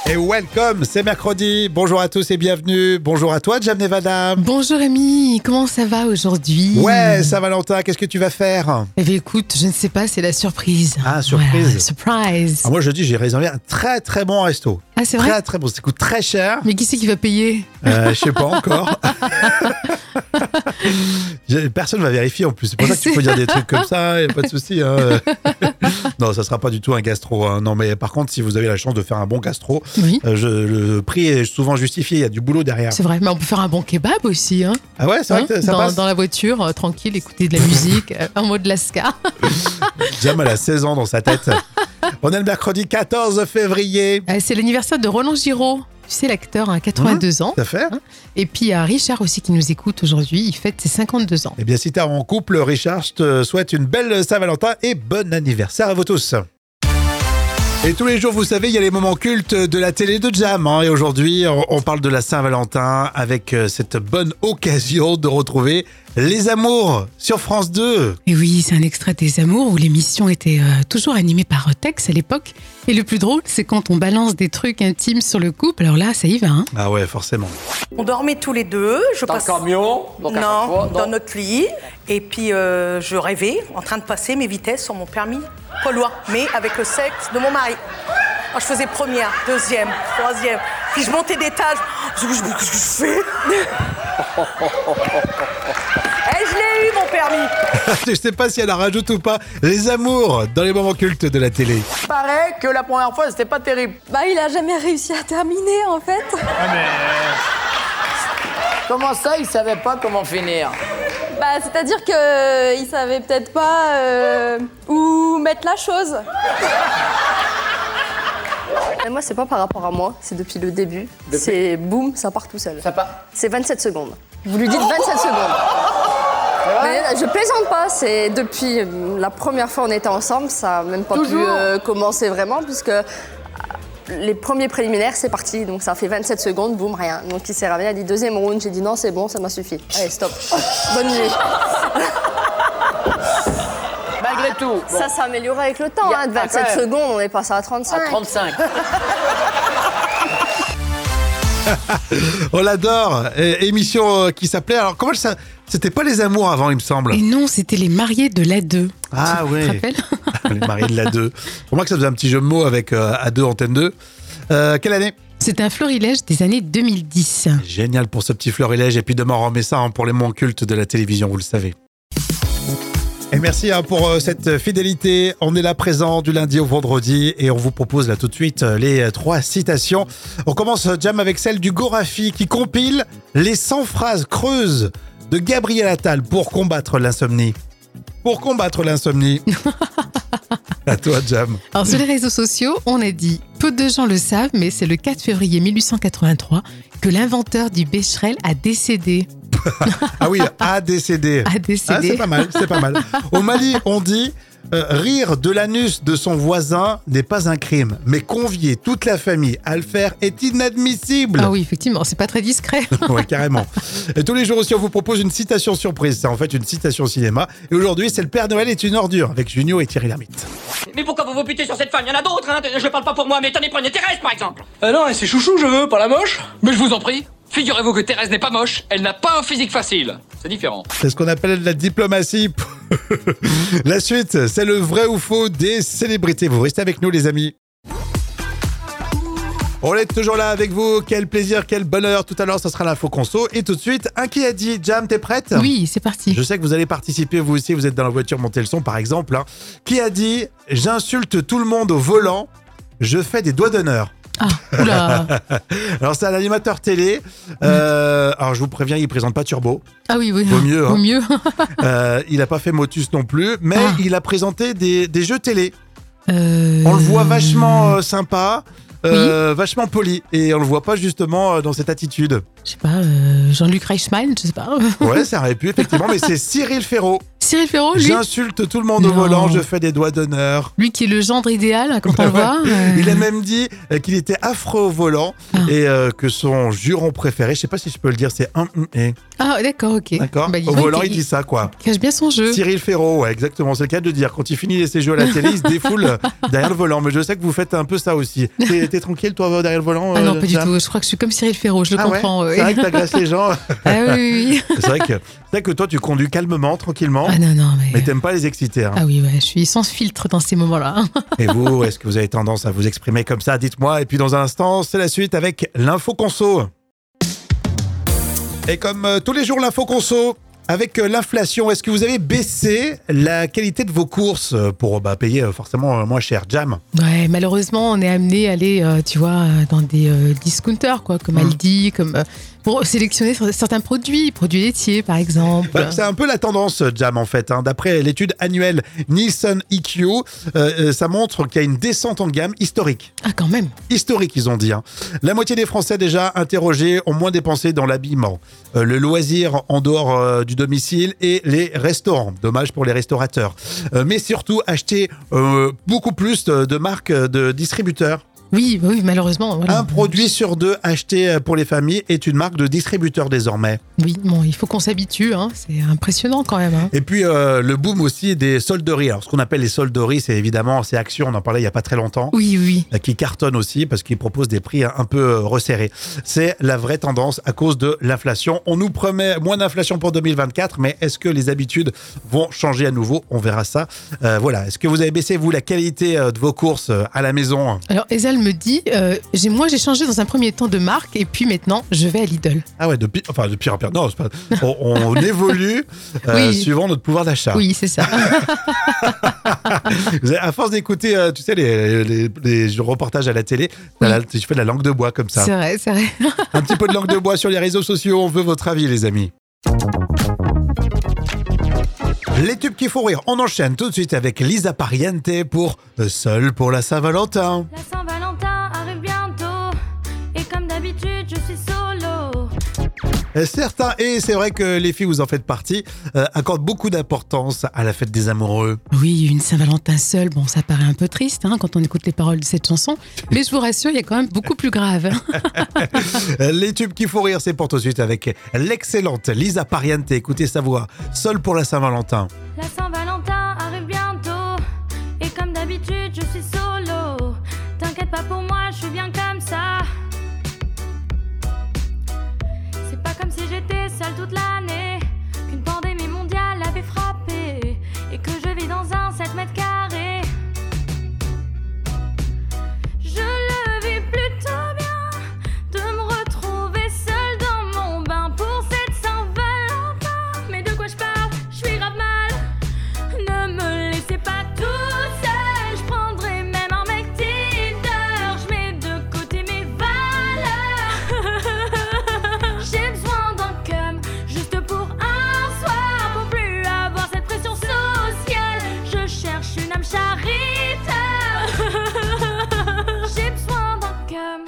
Et welcome, c'est mercredi. Bonjour à tous et bienvenue. Bonjour à toi, Jam Nevada. Bonjour Rémi, comment ça va aujourd'hui? Ouais, Saint-Valentin, qu'est-ce que tu vas faire? Eh bien écoute, je ne sais pas, c'est la surprise. Ah, surprise. Voilà, surprise. Moi, je dis, j'ai réservé un très très bon resto. Ah, c'est vrai? Très très bon, ça coûte très cher. Mais qui c'est qui va payer? Je sais pas encore. Personne va vérifier en plus. C'est pour ça qu'il faut dire des trucs comme ça, il n'y a pas de souci. Hein. Non, ça sera pas du tout un gastro. Hein. Non, mais par contre, si vous avez la chance de faire un bon gastro, Oui. le prix est souvent justifié. Il y a du boulot derrière. C'est vrai, mais on peut faire un bon kebab aussi. Hein. Ah ouais, c'est vrai que ça passe. Dans la voiture, tranquille, écouter de la musique, un mot de lascar. Jam, elle a 16 ans dans sa tête. On est le mercredi 14 février. C'est l'anniversaire de Roland Giraud. Tu sais, l'acteur a 82 ans. Tout à fait. Et puis il y a Richard aussi qui nous écoute aujourd'hui. Il fête ses 52 ans. Eh bien, si t'es en couple, Richard, je te souhaite une belle Saint-Valentin et bon anniversaire à vous tous. Et tous les jours, vous savez, il y a les moments cultes de la télé de Jam. Hein, et aujourd'hui, on parle de la Saint-Valentin avec cette bonne occasion de retrouver Les Amours sur France 2. Et oui, c'est un extrait des Amours où l'émission était toujours animée par Tex à l'époque. Et le plus drôle, c'est quand on balance des trucs intimes sur le couple. Alors là, ça y va. Hein. Ah ouais, forcément. On dormait tous les deux. Dans le camion, donc à chaque fois, dans notre lit. Et puis je rêvais en train de passer mes vitesses sur mon permis poids lourd, mais avec le sexe de mon mari. Alors, je faisais première, deuxième, troisième. Puis je montais d'étage. Qu'est-ce que je fais? Et je l'ai eu, mon permis. Je sais pas si elle en rajoute ou pas. Les Amours dans les moments cultes de la télé. il paraît que la première fois, c'était pas terrible. Bah, il a jamais réussi à terminer, en fait. Comment ça, il savait pas comment finir? Bah, c'est-à-dire que il savait peut-être pas où mettre la chose. Et moi, c'est pas par rapport à moi, c'est depuis le début. C'est boum, ça part tout seul. Ça part. C'est 27 secondes. Vous lui dites 27 secondes. Mais je plaisante pas, c'est depuis la première fois on était ensemble, ça a même pas pu commencer vraiment, puisque les premiers préliminaires, c'est parti, donc ça fait 27 secondes, boum, rien. Donc il s'est réveillé, il a dit deuxième round, j'ai dit non, c'est bon, ça m'a suffi. Allez, stop. Bonne nuit. Malgré tout. Bon. Ça s'est amélioré avec le temps, de 27 secondes, on est passé à 35. À 35. On l'adore. Émission qui s'appelait... Alors, comment ça... C'était pas Les Amours avant, il me semble. Et non, c'était les mariés de l'A2. Ah Tu ouais. te rappelles? Les mariés de l'A2. Pour moi que ça faisait un petit jeu de mots avec A2, Antenne 2. Quelle année? C'était un florilège des années 2010. Génial pour ce petit florilège. Et puis demain, on remet ça pour les moments cultes de la télévision, vous le savez. Et merci pour cette fidélité. On est là présent du lundi au vendredi et on vous propose là tout de suite les 3 citations. On commence, Jam, avec celle du Gorafi qui compile les 100 phrases creuses de Gabriel Attal pour combattre l'insomnie. Pour combattre l'insomnie. À toi, Jam. Alors sur les réseaux sociaux, on a dit « Peu de gens le savent, mais c'est le 4 février 1883 que l'inventeur du Becherel a décédé. » Ah oui, a décédé. A décédé. Ah, c'est pas mal, c'est pas mal. Au Mali, on dit rire de l'anus de son voisin n'est pas un crime, mais convier toute la famille à le faire est inadmissible. Ah oui, effectivement, c'est pas très discret. Oui, carrément. Et tous les jours aussi, on vous propose une citation surprise. C'est en fait une citation cinéma. Et aujourd'hui, c'est Le Père Noël est une ordure avec Junio et Thierry Lhermitte. Mais pourquoi vous vous butez sur cette femme? Il y en a d'autres, hein. Je parle pas pour moi, mais tenez, prenez Thérèse, par exemple. Non, c'est chouchou, je veux, pas la moche. Mais je vous en prie. Figurez-vous que Thérèse n'est pas moche, elle n'a pas un physique facile. C'est différent. C'est ce qu'on appelle la diplomatie. La suite, c'est le vrai ou faux des célébrités. Vous restez avec nous, les amis. On est toujours là avec vous. Quel plaisir, quel bonheur. Tout à l'heure, ça sera l'info conso. Et tout de suite, un qui a dit. Jam, t'es prête? Oui, c'est parti. Je sais que vous allez participer, vous aussi. Vous êtes dans la voiture, montez le son, par exemple. Hein. Qui a dit « J'insulte tout le monde au volant, je fais des doigts d'honneur ». Ah, oula. Alors, c'est un animateur télé. Alors, je vous préviens, il présente pas Turbo. Ah oui, oui. Vaut mieux. Vaut Hein. mieux. Il a pas fait Motus non plus, mais il a présenté des jeux télé. On le voit vachement sympa, vachement poli. Et on le voit pas justement dans cette attitude. Je sais pas, Jean-Luc Reichmann, je sais pas. Ouais, ça aurait pu, effectivement, mais c'est Cyril Ferraud. Cyril Ferraud, lui. J'insulte tout le monde au volant, je fais des doigts d'honneur. Lui qui est le gendre idéal, quand on le voit. Il a même dit qu'il était affreux au volant et que son juron préféré, je sais pas si je peux le dire, c'est un et. Ah, d'accord, ok. D'accord. Au volant, il dit ça, quoi. Il cache bien son jeu. Cyril Ferraud, ouais, exactement. C'est le cas de dire. Quand il finit ses jeux à la télé, il se défoule derrière le volant. Mais je sais que vous faites un peu ça aussi. T'es tranquille, toi, derrière le volant? Ah non, pas du tout. Je crois que je suis comme Cyril Ferraud, je le comprends. Ouais. C'est vrai que t'agresses les gens. Ah oui. C'est vrai que toi, tu conduis calmement, tranquillement. Ah non, mais t'aimes pas les exciter. Hein. Ah oui, ouais, je suis sans filtre dans ces moments-là. Et vous, est-ce que vous avez tendance à vous exprimer comme ça? Dites-moi. Et puis dans un instant, c'est la suite avec l'info conso. Et comme tous les jours, l'info conso, avec l'inflation, est-ce que vous avez baissé la qualité de vos courses pour payer forcément moins cher? Jam? Ouais, malheureusement, on est amené à aller, tu vois, dans des discounters, quoi, comme Aldi, comme pour sélectionner certains produits laitiers, par exemple. C'est un peu la tendance, Jam, en fait. Hein. D'après l'étude annuelle Nielsen EQ, ça montre qu'il y a une descente en gamme historique. Ah, quand même. Historique, ils ont dit. Hein. La moitié des Français déjà interrogés ont moins dépensé dans l'habillement, le loisir en dehors du domicile et les restaurants. Dommage pour les restaurateurs. Mais surtout, acheter beaucoup plus de marques de distributeurs. Oui, malheureusement. Voilà. Un produit sur 2 acheté pour les familles est une marque de distributeur désormais. Oui, bon, il faut qu'on s'habitue, hein. C'est impressionnant quand même. Hein. Et puis le boom aussi des solderies. Alors ce qu'on appelle les solderies, c'est évidemment ces actions, on en parlait il n'y a pas très longtemps. Oui. Qui cartonnent aussi parce qu'ils proposent des prix un peu resserrés. C'est la vraie tendance à cause de l'inflation. On nous promet moins d'inflation pour 2024, mais est-ce que les habitudes vont changer à nouveau? On verra ça. Voilà. Est-ce que vous avez baissé, vous, la qualité de vos courses à la maison? Alors, Ezal me dit, j'ai changé dans un premier temps de marque et puis maintenant, je vais à Lidl. Ah ouais, de pire en pire. Non, c'est pas... on évolue suivant notre pouvoir d'achat. Oui, c'est ça. À force d'écouter, tu sais, les reportages à la télé, tu fais de la langue de bois comme ça. C'est vrai. Un petit peu de langue de bois sur les réseaux sociaux, on veut votre avis, les amis. Les tubes qui font rire, on enchaîne tout de suite avec Lisa Pariente pour Seul pour la Saint-Valentin. La Saint-Valentin arrive bientôt et comme d'habitude je suis solo. Certains, et c'est vrai que les filles, vous en faites partie, accordent beaucoup d'importance à la fête des amoureux. Oui, une Saint-Valentin seule, bon, ça paraît un peu triste quand on écoute les paroles de cette chanson, mais je vous rassure, il y a quand même beaucoup plus grave. Les tubes qui font rire, c'est pour tout de suite avec l'excellente Lisa Pariente. Écoutez sa voix, Seul pour la Saint-Valentin. La Saint-Valentin arrive bientôt et comme d'habitude je suis solo. T'inquiète pas pour moi, je suis bien comme ça. C'est pas comme si j'étais seule toute l'année, qu'une pandémie mondiale avait frappé et que je vis dans un 7 mètres carrés. Je le vis plutôt bien de me retrouver seule dans mon bain pour cette Saint-Valentin. Mais de quoi je parle? Je suis grave mal. Ne me laissez pas toute seule, je prendrai même un mec Tinder. Je mets de côté mes valeurs. J'ai besoin d'un cum juste pour un soir, pour plus avoir cette pression sociale. Je cherche une âme charitaire. J'ai besoin d'un cum.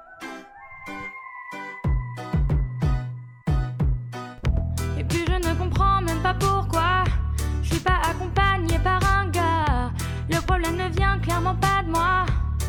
Et puis je ne comprends même pas pourquoi je suis pas accompagnée par un gars. Le problème ne vient clairement pas de moi.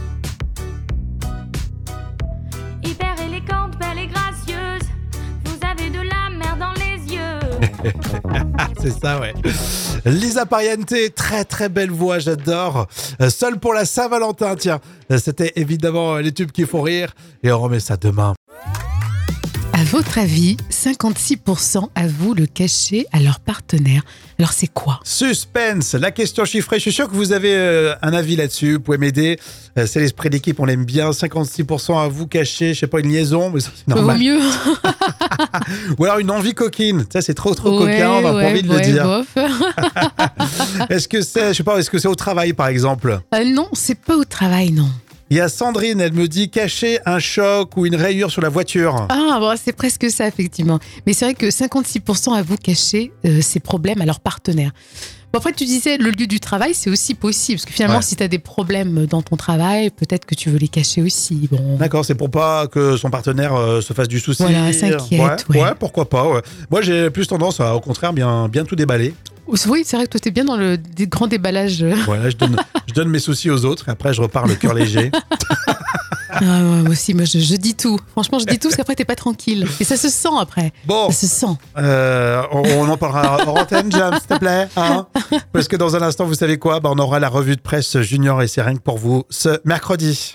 Hyper élégante, belle et gracieuse, vous avez de la mer dans les yeux. C'est ça, ouais. Lisa Pariente, très très belle voix, j'adore. Seul pour la Saint-Valentin, tiens. C'était évidemment les tubes qui font rire et on remet ça demain. À votre avis, 56% avouent le cacher à leur partenaire. Alors c'est quoi? Suspense, la question chiffrée. Je suis sûr que vous avez un avis là-dessus. Vous pouvez m'aider. C'est l'esprit d'équipe, on l'aime bien. 56% à vous cacher, je sais pas, une liaison, mais ça, c'est normal. Vaut mieux. Ou alors une envie coquine. Ça, c'est trop coquin, on n'a pas envie de le dire. Bof. Est-ce que c'est, je sais pas, est-ce que c'est au travail, par exemple? Non, c'est pas au travail, non. Il y a Sandrine, elle me dit cacher un choc ou une rayure sur la voiture. Ah, bon, c'est presque ça, effectivement. Mais c'est vrai que 56% avouent cacher ces problèmes à leur partenaire. Bon, après, tu disais, le lieu du travail, c'est aussi possible. Parce que finalement, si tu as des problèmes dans ton travail, peut-être que tu veux les cacher aussi. Bon. D'accord, c'est pour pas que son partenaire se fasse du souci. Voilà, s'inquiète. Ouais, pourquoi pas. Ouais. Moi, j'ai plus tendance à, au contraire, bien tout déballer. Oui, c'est vrai que toi, t'es bien dans le grand déballage. Voilà, je donne mes soucis aux autres et après, je repars le cœur léger. Ah, moi aussi, moi, je dis tout. Franchement, je dis tout parce qu'après, t'es pas tranquille. Et ça se sent après. Bon. Ça se sent. On en parlera hors antenne, Jam, s'il te plaît. Hein, parce que dans un instant, vous savez quoi, on aura la revue de presse junior et c'est rien que pour vous ce mercredi.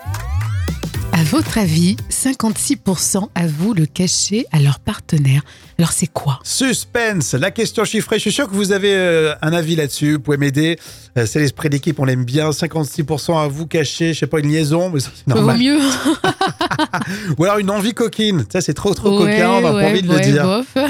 À votre avis, 56% avouent le cacher à leur partenaire. Alors, c'est quoi ? Suspense, la question chiffrée. Je suis sûr que vous avez un avis là-dessus. Vous pouvez m'aider. C'est l'esprit d'équipe, on l'aime bien. 56% avouent cacher, je sais pas, une liaison, mais ça, c'est normal. Vaut mieux. Ou alors une envie coquine. Ça, c'est trop coquin, on n'a pas envie de le dire.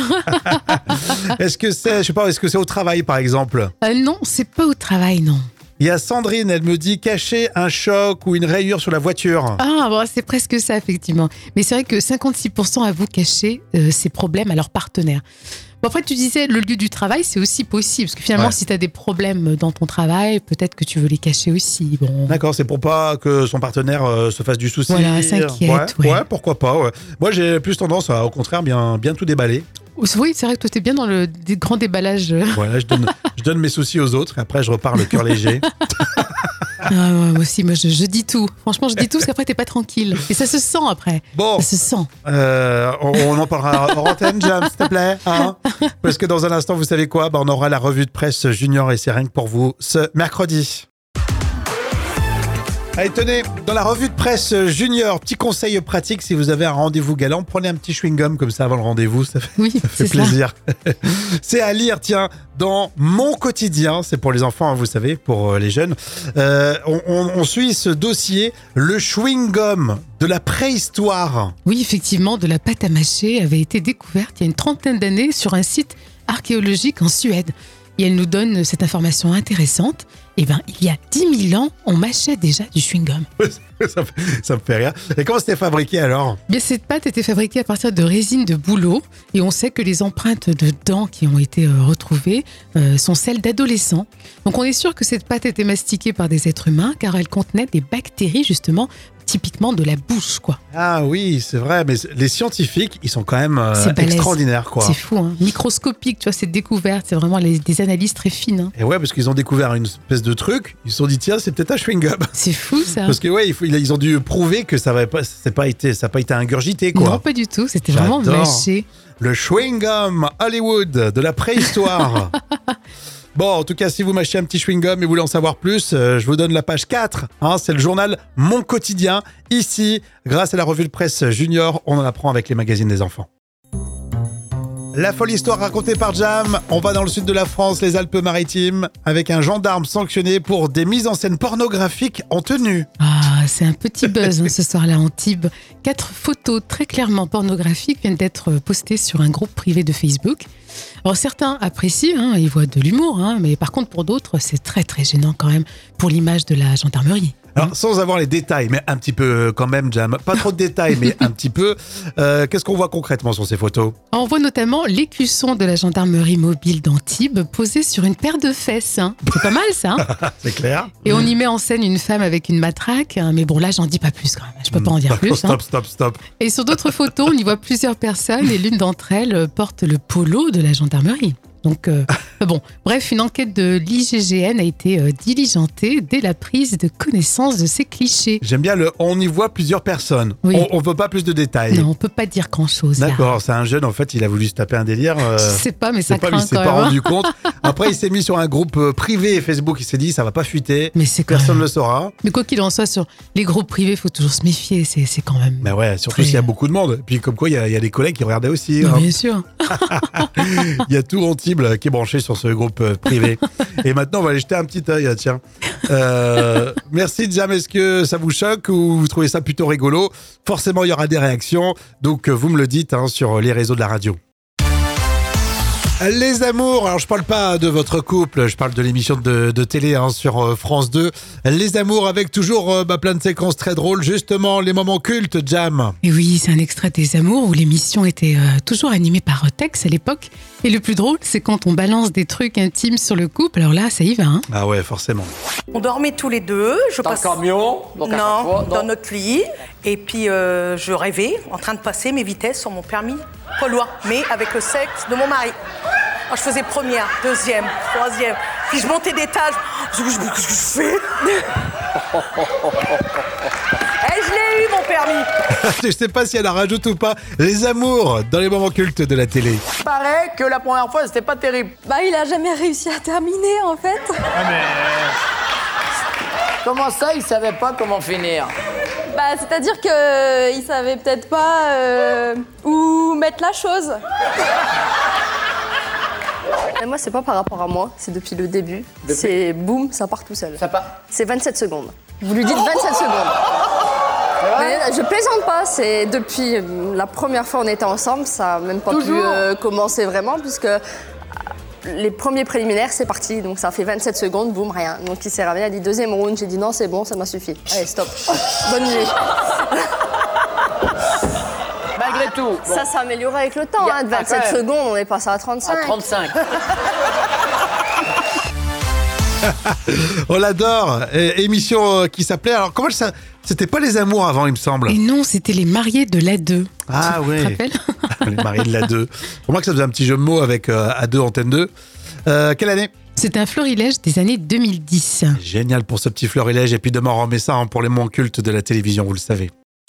Bof. Est-ce que c'est, je sais pas, est-ce que c'est au travail, par exemple ? Non, c'est pas au travail, non. Il y a Sandrine, elle me dit cacher un choc ou une rayure sur la voiture. Ah, bon, c'est presque ça, effectivement. Mais c'est vrai que 56% avouent cacher ces problèmes à leur partenaire. Bon, après, tu disais, le lieu du travail, c'est aussi possible. Parce que finalement, si tu as des problèmes dans ton travail, peut-être que tu veux les cacher aussi. Bon. D'accord, c'est pour pas que son partenaire se fasse du souci. Voilà, s'inquiète. Ouais, pourquoi pas. Ouais. Moi, j'ai plus tendance à, au contraire, bien tout déballer. Oui, c'est vrai que toi, t'es bien dans le grand déballage. Voilà, je donne mes soucis aux autres et après, je repars le cœur léger. Ah, moi aussi, moi, je dis tout. Franchement, je dis tout parce qu'après, t'es pas tranquille. Et ça se sent après. Bon. Ça se sent. On en parlera hors antenne, Jam, s'il te plaît. Hein, parce que dans un instant, vous savez quoi, on aura la revue de presse junior et c'est rien que pour vous ce mercredi. Allez, tenez, dans la revue de presse junior, petit conseil pratique, si vous avez un rendez-vous galant, prenez un petit chewing-gum comme ça avant le rendez-vous, ça fait plaisir. C'est à lire, tiens, dans Mon Quotidien, c'est pour les enfants, hein, vous savez, pour les jeunes. On suit ce dossier, le chewing-gum de la préhistoire. Oui, effectivement, de la pâte à mâcher avait été découverte il y a une trentaine d'années sur un site archéologique en Suède. Et elle nous donne cette information intéressante. Eh bien, il y a 10 000 ans, on mâchait déjà du chewing-gum. Ça me fait rire. Et comment c'était fabriqué alors ? Bien, cette pâte était fabriquée à partir de résine de bouleau. Et on sait que les empreintes de dents qui ont été retrouvées sont celles d'adolescents. Donc on est sûr que cette pâte était mastiquée par des êtres humains car elle contenait des bactéries justement typiquement de la bouche, quoi. Ah oui, c'est vrai, mais les scientifiques, ils sont quand même extraordinaires, quoi. C'est fou, hein. Microscopique, tu vois, cette découverte, c'est vraiment des analyses très fines. Hein. Et ouais, parce qu'ils ont découvert une espèce de truc, ils se sont dit, tiens, c'est peut-être un chewing-gum. C'est fou, ça. Parce que ouais, ils ont dû prouver que ça n'a pas été ingurgité, quoi. Non, pas du tout, c'était vraiment mâché. Le chewing-gum Hollywood de la préhistoire. Bon, en tout cas, si vous mâchez un petit chewing-gum et vous voulez en savoir plus, je vous donne la page 4. Hein, c'est le journal Mon Quotidien. Ici, grâce à la revue de presse junior, on en apprend avec les magazines des enfants. La folle histoire racontée par Jam. On va dans le sud de la France, les Alpes-Maritimes, avec un gendarme sanctionné pour des mises en scène pornographiques en tenue. Ah, c'est un petit buzz ce soir-là en Tibes. 4 photos très clairement pornographiques viennent d'être postées sur un groupe privé de Facebook. Alors certains apprécient, hein, ils voient de l'humour, hein, mais par contre pour d'autres, c'est très très gênant quand même pour l'image de la gendarmerie. Alors, sans avoir les détails, mais un petit peu quand même, Jam. Pas trop de détails, mais un petit peu. Qu'est-ce qu'on voit concrètement sur ces photos ? On voit notamment l'écusson de la gendarmerie mobile d'Antibes posé sur une paire de fesses. Hein. C'est pas mal, ça. Hein. C'est clair. Et on y met en scène une femme avec une matraque. Hein, mais bon, là, j'en dis pas plus quand même. Je peux pas en dire plus. Stop. Et sur d'autres photos, on y voit plusieurs personnes et l'une d'entre elles porte le polo de la gendarmerie. Donc, bon, bref, une enquête de l'IGGN a été diligentée dès la prise de connaissance de ces clichés. J'aime bien on y voit plusieurs personnes. Oui. On veut pas plus de détails. Non, on peut pas dire grand-chose. D'accord, là. C'est un jeune, en fait, il a voulu se taper un délire. Je sais pas, mais ça craint quand même. Il s'est pas rendu compte. Après, il s'est mis sur un groupe privé Facebook, il s'est dit, ça va pas fuiter. Mais c'est personne ne le saura. Mais quoi qu'il en soit, sur les groupes privés, il faut toujours se méfier, c'est quand même... Mais ouais, surtout s'il y a beaucoup de monde. Puis comme quoi, il y a des collègues qui regardaient aussi. Non, bien sûr. Il y a tout Antibes qui est branché sur ce groupe privé. Et maintenant, on va aller jeter un petit œil, tiens. Merci, Jam. Est-ce que ça vous choque ou vous trouvez ça plutôt rigolo ? Forcément, il y aura des réactions. Donc, vous me le dites sur les réseaux de la radio. Les amours, alors je parle pas de votre couple, je parle de l'émission de télé sur France 2. Les amours avec toujours plein de séquences très drôles, justement les moments cultes, Jam. Et oui, c'est un extrait des Amours où l'émission était toujours animée par Tex à l'époque. Et le plus drôle, c'est quand on balance des trucs intimes sur le couple. Alors là, ça y va. Hein. Ah ouais, forcément. On dormait tous les deux. Dans le camion, donc à chaque fois, dans notre lit. Et puis je rêvais en train de passer mes vitesses sur mon permis polois, mais avec le sexe de mon mari. Alors, je faisais première, deuxième, troisième. Puis je montais d'étage. Je me dis, qu'est-ce que je fais? Et je l'ai eu, mon permis. Je sais pas si elle en rajoute ou pas. Les amours dans les moments cultes de la télé. il paraît que la première fois, c'était pas terrible. Bah, il a jamais réussi à terminer, en fait. Comment ça, il savait pas comment finir? Bah, c'est-à-dire que il savait peut-être pas où mettre la chose. Et moi, c'est pas par rapport à moi, c'est depuis le début. C'est boum, ça part tout seul. Ça part. C'est 27 secondes. Vous lui dites 27 secondes. Mais je plaisante pas, c'est depuis la première fois on était ensemble, ça a même pas pu commencer vraiment, puisque les premiers préliminaires, c'est parti, donc ça fait 27 secondes, boum, rien. Donc il s'est réveillé, il a dit deuxième round, j'ai dit non, c'est bon, ça m'a suffi. Allez, stop. Bonne nuit. Malgré tout. Bon. Ça s'est amélioré avec le temps, de 27 secondes, on est passé à 35. À 35. On l'adore. Émission qui s'appelait. Alors, comment ça. C'était pas les amours avant, il me semble. Et non, c'était les mariés de l'A2. Ah Tu ouais. te rappelles? Les mariés de l'A2. Pour moi, que ça faisait un petit jeu de mots avec A2, Antenne 2. Quelle année? C'était un florilège des années 2010. Génial pour ce petit florilège. Et puis demain, on remet ça pour les moments cultes de la télévision, vous le savez.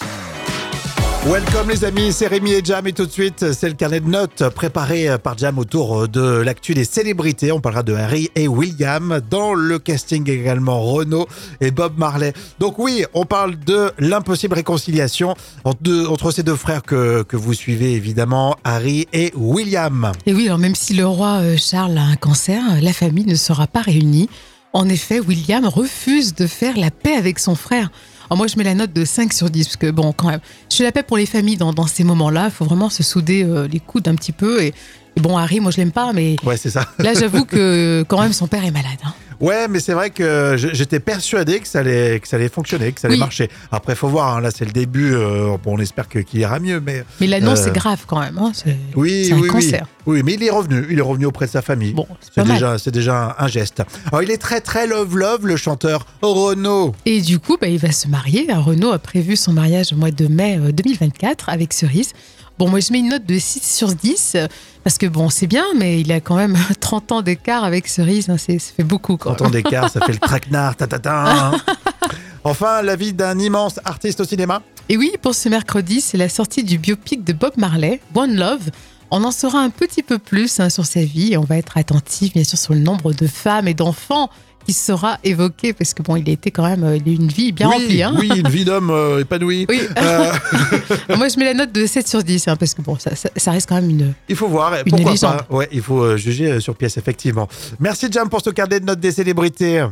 Welcome les amis, c'est Rémi et Jam et tout de suite c'est le carnet de notes préparé par Jam autour de l'actu des célébrités. On parlera de Harry et William, dans le casting également Renaud et Bob Marley. Donc oui, on parle de l'impossible réconciliation entre ces deux frères que vous suivez évidemment, Harry et William. Et oui, alors même si le roi Charles a un cancer, la famille ne sera pas réunie. En effet, William refuse de faire la paix avec son frère. Alors moi, je mets la note de 5 sur 10, parce que bon, quand même, je fais la paix pour les familles dans ces moments-là. Il faut vraiment se souder les coudes un petit peu. Et bon, Harry, moi, je l'aime pas, mais Ouais, c'est ça. là, j'avoue que quand même, son père est malade. Hein. Ouais, mais c'est vrai que j'étais persuadé que ça allait fonctionner, que ça allait marcher. Après, faut voir, hein, là, c'est le début. Bon, on espère qu'il ira mieux, mais. Mais l'annonce, c'est grave quand même. Hein, c'est un cancer. Oui, mais il est revenu auprès de sa famille. Bon, c'est déjà un geste. Alors, il est très, très love, le chanteur Renaud. Et du coup, il va se marier. Alors, Renaud a prévu son mariage au mois de mai 2024 avec Cerise. Bon, moi, je mets une note de 6 sur 10, parce que bon, c'est bien, mais il a quand même 30 ans d'écart avec Cerise, hein, ça fait beaucoup. Quoi. 30 ans d'écart, ça fait le traquenard, hein. Enfin, la vie d'un immense artiste au cinéma. Et oui, pour ce mercredi, c'est la sortie du biopic de Bob Marley, One Love. On en saura un petit peu plus sur sa vie, et on va être attentif, bien sûr, sur le nombre de femmes et d'enfants qui sera évoqué, parce que bon, il a été quand même, il a eu une vie bien remplie. Hein. Oui, une vie d'homme épanoui. Oui. Moi, je mets la note de 7 sur 10, hein, parce que bon, ça reste quand même il faut voir, une pourquoi légende. pas. Ouais, il faut juger sur pièce, effectivement. Merci Jam pour ce carnet de notes des célébrités.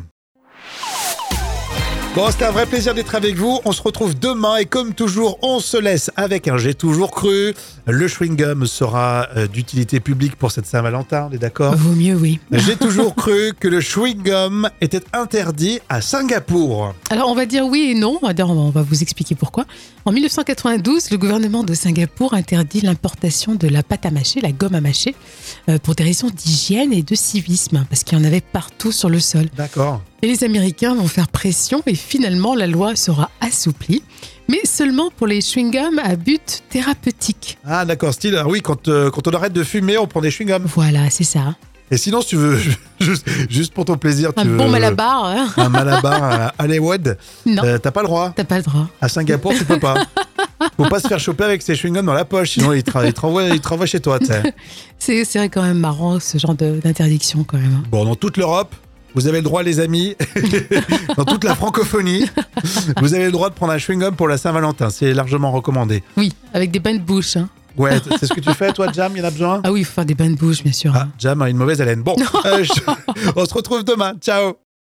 Bon, c'était un vrai plaisir d'être avec vous. On se retrouve demain et comme toujours, on se laisse avec un J'ai toujours cru. Le chewing-gum sera d'utilité publique pour cette Saint-Valentin, on est d'accord? Vaut mieux, oui. J'ai toujours cru que le chewing-gum était interdit à Singapour. Alors, on va dire oui et non. On va vous expliquer pourquoi. En 1992, le gouvernement de Singapour interdit l'importation de la pâte à mâcher, la gomme à mâcher, pour des raisons d'hygiène et de civisme, parce qu'il y en avait partout sur le sol. D'accord. Et les Américains vont faire pression et finalement, la loi sera assouplie, mais seulement pour les chewing-gums à but thérapeutique. Ah d'accord, style, oui, quand on arrête de fumer, on prend des chewing-gums. Voilà, c'est ça. Et sinon, si tu veux, juste pour ton plaisir, tu Un veux... bon malabar. Hein. Un malabar à Hollywood. Non. T'as pas le droit. T'as pas le droit. À Singapour, tu peux pas. Faut pas se faire choper avec ses chewing-gums dans la poche, sinon il te renvoie chez toi, tu sais. C'est vrai quand même marrant, ce genre d'interdiction quand même. Bon, dans toute l'Europe, vous avez le droit, les amis, dans toute la francophonie, vous avez le droit de prendre un chewing-gum pour la Saint-Valentin. C'est largement recommandé. Oui, avec des bains de bouche. Hein. Ouais, c'est ce que tu fais, toi, Jam, il y en a besoin? Ah oui, il faut faire des bains de bouche, bien sûr. Ah, Jam a une mauvaise haleine. Bon, on se retrouve demain. Ciao.